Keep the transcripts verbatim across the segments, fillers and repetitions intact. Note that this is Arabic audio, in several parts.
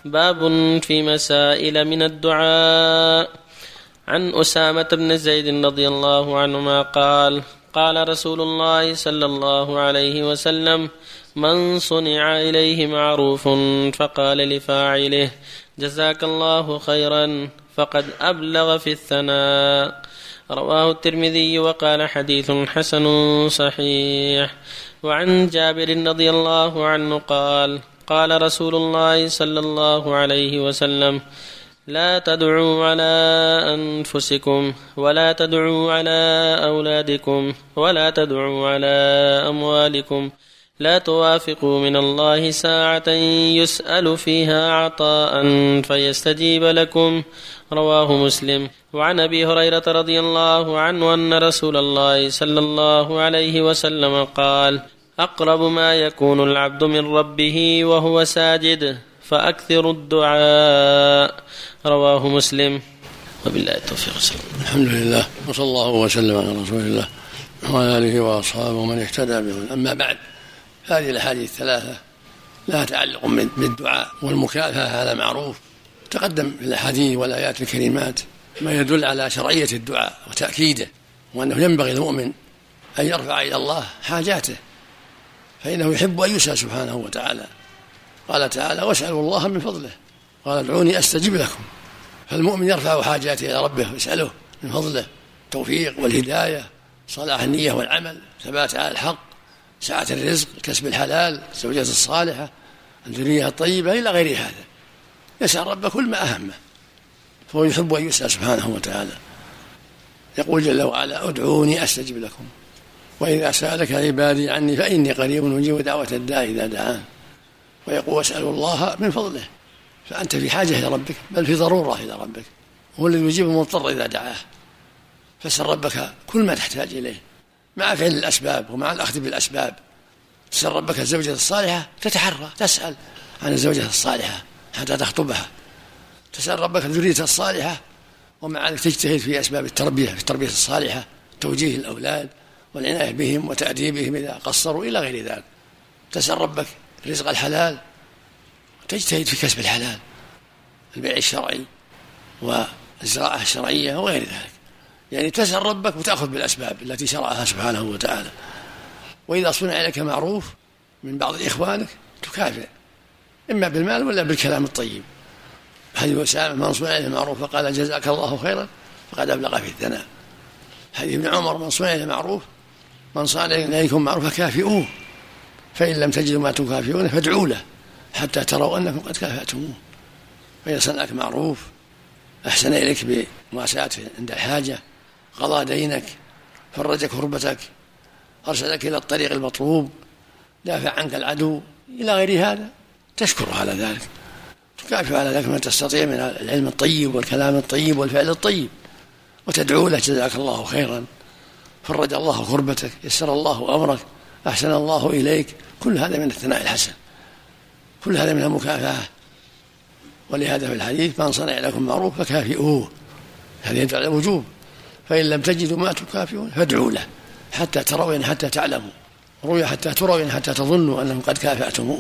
باب في مسائل من الدعاء. عن أسامة بن زيد رضي الله عنهما قال قال رسول الله صلى الله عليه وسلم: من صنع إليه معروف فقال لفاعله: جزاك الله خيرا، فقد أبلغ في الثناء. رواه الترمذي وقال حديث حسن صحيح. وعن جابر رضي الله عنه قال قال رسول الله صلى الله عليه وسلم: لا تدعوا على أنفسكم ولا تدعوا على أولادكم ولا تدعوا على أموالكم، لا توافقوا من الله ساعة يسأل فيها عطاء فيستجيب لكم. رواه مسلم. وعن أبي هريرة رضي الله عنه أن رسول الله صلى الله عليه وسلم قال: أقرب ما يكون العبد من ربه وهو ساجد فأكثر الدعاء. رواه مسلم. وبالله التوفيق. الحمد لله، وصلى الله وسلم على رسول الله وعلى آله وأصحابه ومن اهتدى بهم. أما بعد، هذه الأحاديث الثلاثة لها تعلق بالدعاء والمكافأة، هذا معروف تقدم في الأحاديث والآيات الكريمات ما يدل على شرعية الدعاء وتأكيده، وأنه ينبغي المؤمن أن يرفع إلى الله حاجاته، فإنه يحب أن يسأل سبحانه وتعالى. قال تعالى: واسألوا الله من فضله، قال: ادعوني أستجب لكم. فالمؤمن يرفع حاجاته إلى ربه ويسأله من فضله التوفيق والهداية، صلاح النية والعمل، ثبات على الحق، سعة الرزق، كسب الحلال، الزوجة الصالحة، الذرية الطيبة، إلى غير هذا. يسأل ربه كل ما أهمه، فهو يحب أن يسأل سبحانه وتعالى. يقول جل وعلا: ادعوني أستجب لكم، وإذا سألك عبادي عني فإني قريب أجيب دعوة الداعي إذا دعان. ويقول: واسألوا الله من فضله، فأنت في حاجة إلى ربك، بل في ضرورة إلى ربك، هو الذي يجيب المضطر إذا دعاه. فاسأل ربك كل ما تحتاج إليه مع فعل الأسباب ومع الأخذ بالأسباب. تسأل ربك الزوجة الصالحة، تتحرى تسأل عن الزوجة الصالحة حتى تخطبها. تسأل ربك الذرية الصالحة، ومع ذلك تجتهد في أسباب التربية، في التربية الصالحة، توجيه الأولاد والعناية بهم وتأديبهم إذا قصروا، إلى غير ذلك. تسأل ربك رزق الحلال، تجتهد في كسب الحلال، البيع الشرعي والزراعة الشرعية وغير ذلك. يعني تسأل ربك وتأخذ بالأسباب التي شرعها سبحانه وتعالى. وإذا صنع لك معروف من بعض إخوانك تكافئ، إما بالمال ولا بالكلام الطيب. حديث أسامة: من صنع له معروف فقال جزاك الله خيرا فقد أبلغ في الثناء. حديث ابن عمر: من صنع له معروف من صنع إليكم معروف فكافئوه، فإن لم تجدوا ما تكافئونه فادعوا له حتى تروا أنكم قد كافأتموه. فإذا صنعك معروف، أحسن إليك بمواساته عند الحاجة، قضى دينك، فرج كربتك، أرسلك إلى الطريق المطلوب، دافع عنك العدو، إلى غير هذا، تشكر على ذلك، تكافئ على ذلك ما تستطيع من العلم الطيب والكلام الطيب والفعل الطيب، وتدعو له: جزاك الله خيرا، فرج الله كربتك، يسر الله أمرك، أحسن الله إليك. كل هذا من الثناء الحسن، كل هذا من المكافأة. ولهذا في الحديث: من صنع لكم معروف فكافئوه، هذا يدل على الوجوب. فإن لم تجدوا ما تكافئون فادعوا له حتى تروا حتى تعلموا، روي حتى تروا حتى تظنوا أنهم قد كافأتموه.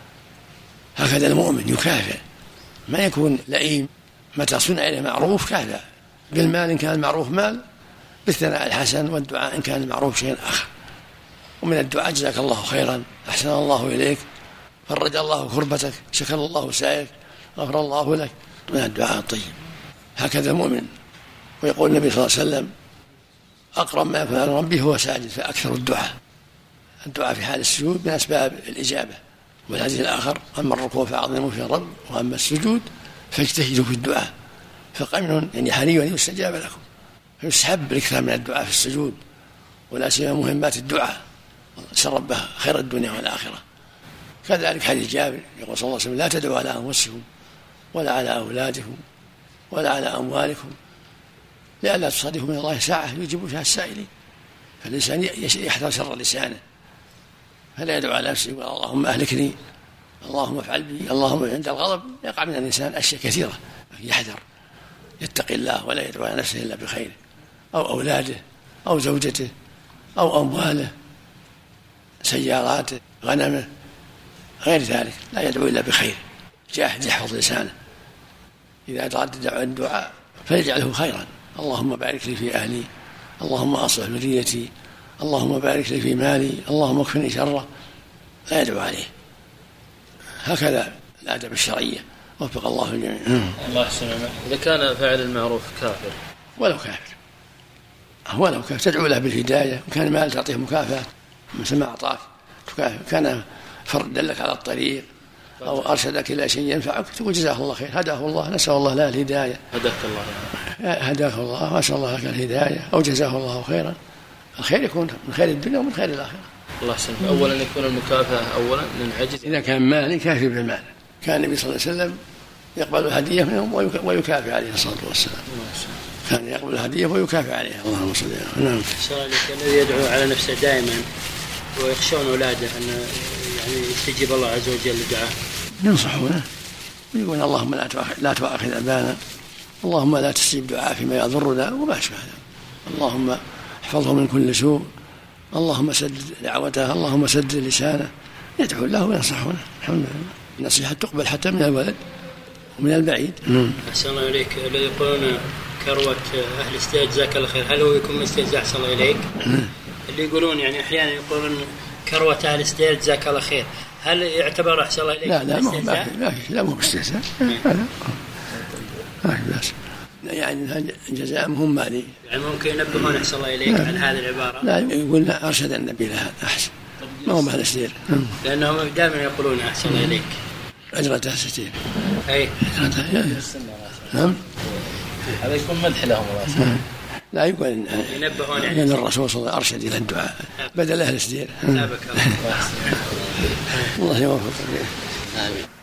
هكذا المؤمن يكافئ، ما يكون لئيم. متى صنع له معروف كافئ بالمال إن كان المعروف مال، بالثناء الحسن والدعاء إن كان المعروف شيء آخر. ومن الدعاء: جزاك الله خيرا، أحسن الله إليك، فرج الله كربتك، شكر الله سعيك، غفر الله لك، من الدعاء الطيب. هكذا المؤمن. ويقول النبي صلى الله عليه وسلم: أقرب ما يكون على ربه هو ساجد فأكثر الدعاء. الدعاء في حال السجود من أسباب الإجابة. والحديث الآخر: أما الركوع فأعظموا في الرب، وأما السجود فاجتهدوا في الدعاء، فقمن يعني حري أن يستجاب لكم. فيستحب الإكثار من الدعاء في السجود، ولا سيما مهمات الدعاء، نسأل ربه خير الدنيا والآخرة. كذلك حديث جابر يقول صلى الله عليه وسلم: لا تدعوا على أنفسكم ولا على أولادكم ولا على أموالكم لئلا تصادفوا من الله ساعة يجيب فيها السائلين. فالإنسان يحذر شر لسانه، فلا يدعو على نفسه يقول: اللهم أهلكني، اللهم افعل بي، اللهم. عند الغضب يقع من الإنسان أشياء كثيرة، يحذر، يتقي الله ولا يدعو على نفسه إلا بخير، أو أولاده أو زوجته أو أمواله، سياراته، غنمه، غير ذلك، لا يدعو إلا بخير. جاهد يحفظ لسانه إذا تردد الدعاء فيجعله خيرا. اللهم بارك لي في أهلي، اللهم أصلح ذريتي، اللهم بارك لي في مالي، اللهم اكفني شره، لا يدعو عليه. هكذا الآداب الشرعية. وفق الله الجميع. الله يسلمك. إذا كان فاعل المعروف كافر ولو كافر ولو كافر تدعو له بالهداية، وكان مال تعطيه مكافأة مثل ما أعطاك، كان فرد دلك على الطريق أو أرشدك إلى شيء ينفعك تقول جزاه الله خير، هداه الله، نسأل الله له الهداية. هداك الله هداك الله، نسأل الله لك الهداية، أو جزاه الله خيرا. الخير يكون من خير الدنيا ومن خير الآخرة. الله يسلمك. أولا يكون المكافأة أولا للعجز. إذا كان مال كافي بالمال. كان النبي صلى الله عليه وسلم يقبل الهدية منهم ويكافئ عليه الصلاة والسلام. كان يقبل الهدية ويكافئ عليها. اللهم صل على محمد. الذي يدعو على نفسه دائما ويخشون أولاده أن يعني يستجيب الله عز وجل لدعاه، ينصحونه يقول اللهم لا تؤاخذ أبانا، اللهم لا تستجيب دعاء فيما يضرنا وما أشبه ذلك، اللهم احفظه من كل سوء، اللهم سدد دعوته، اللهم سدد لسانه، يدعو الله وينصحونه. الحمد لله. النصيحة تقبل حتى من الولد ومن البعيد. أحسن الله إليك. الذي يقولون كروة أهل استياء جزاك الله خير، هل هو يكون من استياء؟ أحسن الله إليك. اللي يقولون يعني أحيانا يقولون كروة أهل استياء جزاك الله خير، هل يعتبر أحسن الله إليك؟ لا لا ما لا لا لا مو باستهزاء. لا بس يعني جزاء هم مالي. يعني ممكن ينبهون أحسن الله إليك عن هذه العبارة. لا يقول أرشد النبي لها أحسن، ما هو مال ستير، لأنهم دائما يقولون أحسن الله إليك أجرتها ستير. أي أجرتها. نعم. هذا يكون مدح لهم الله. لا يقول ينبهون يعني أن الرسول صلى الله عليه وسلم أرشد إلى الدعاء بدل أهل ستير. لا بك الله. الله يوفقك. آمين.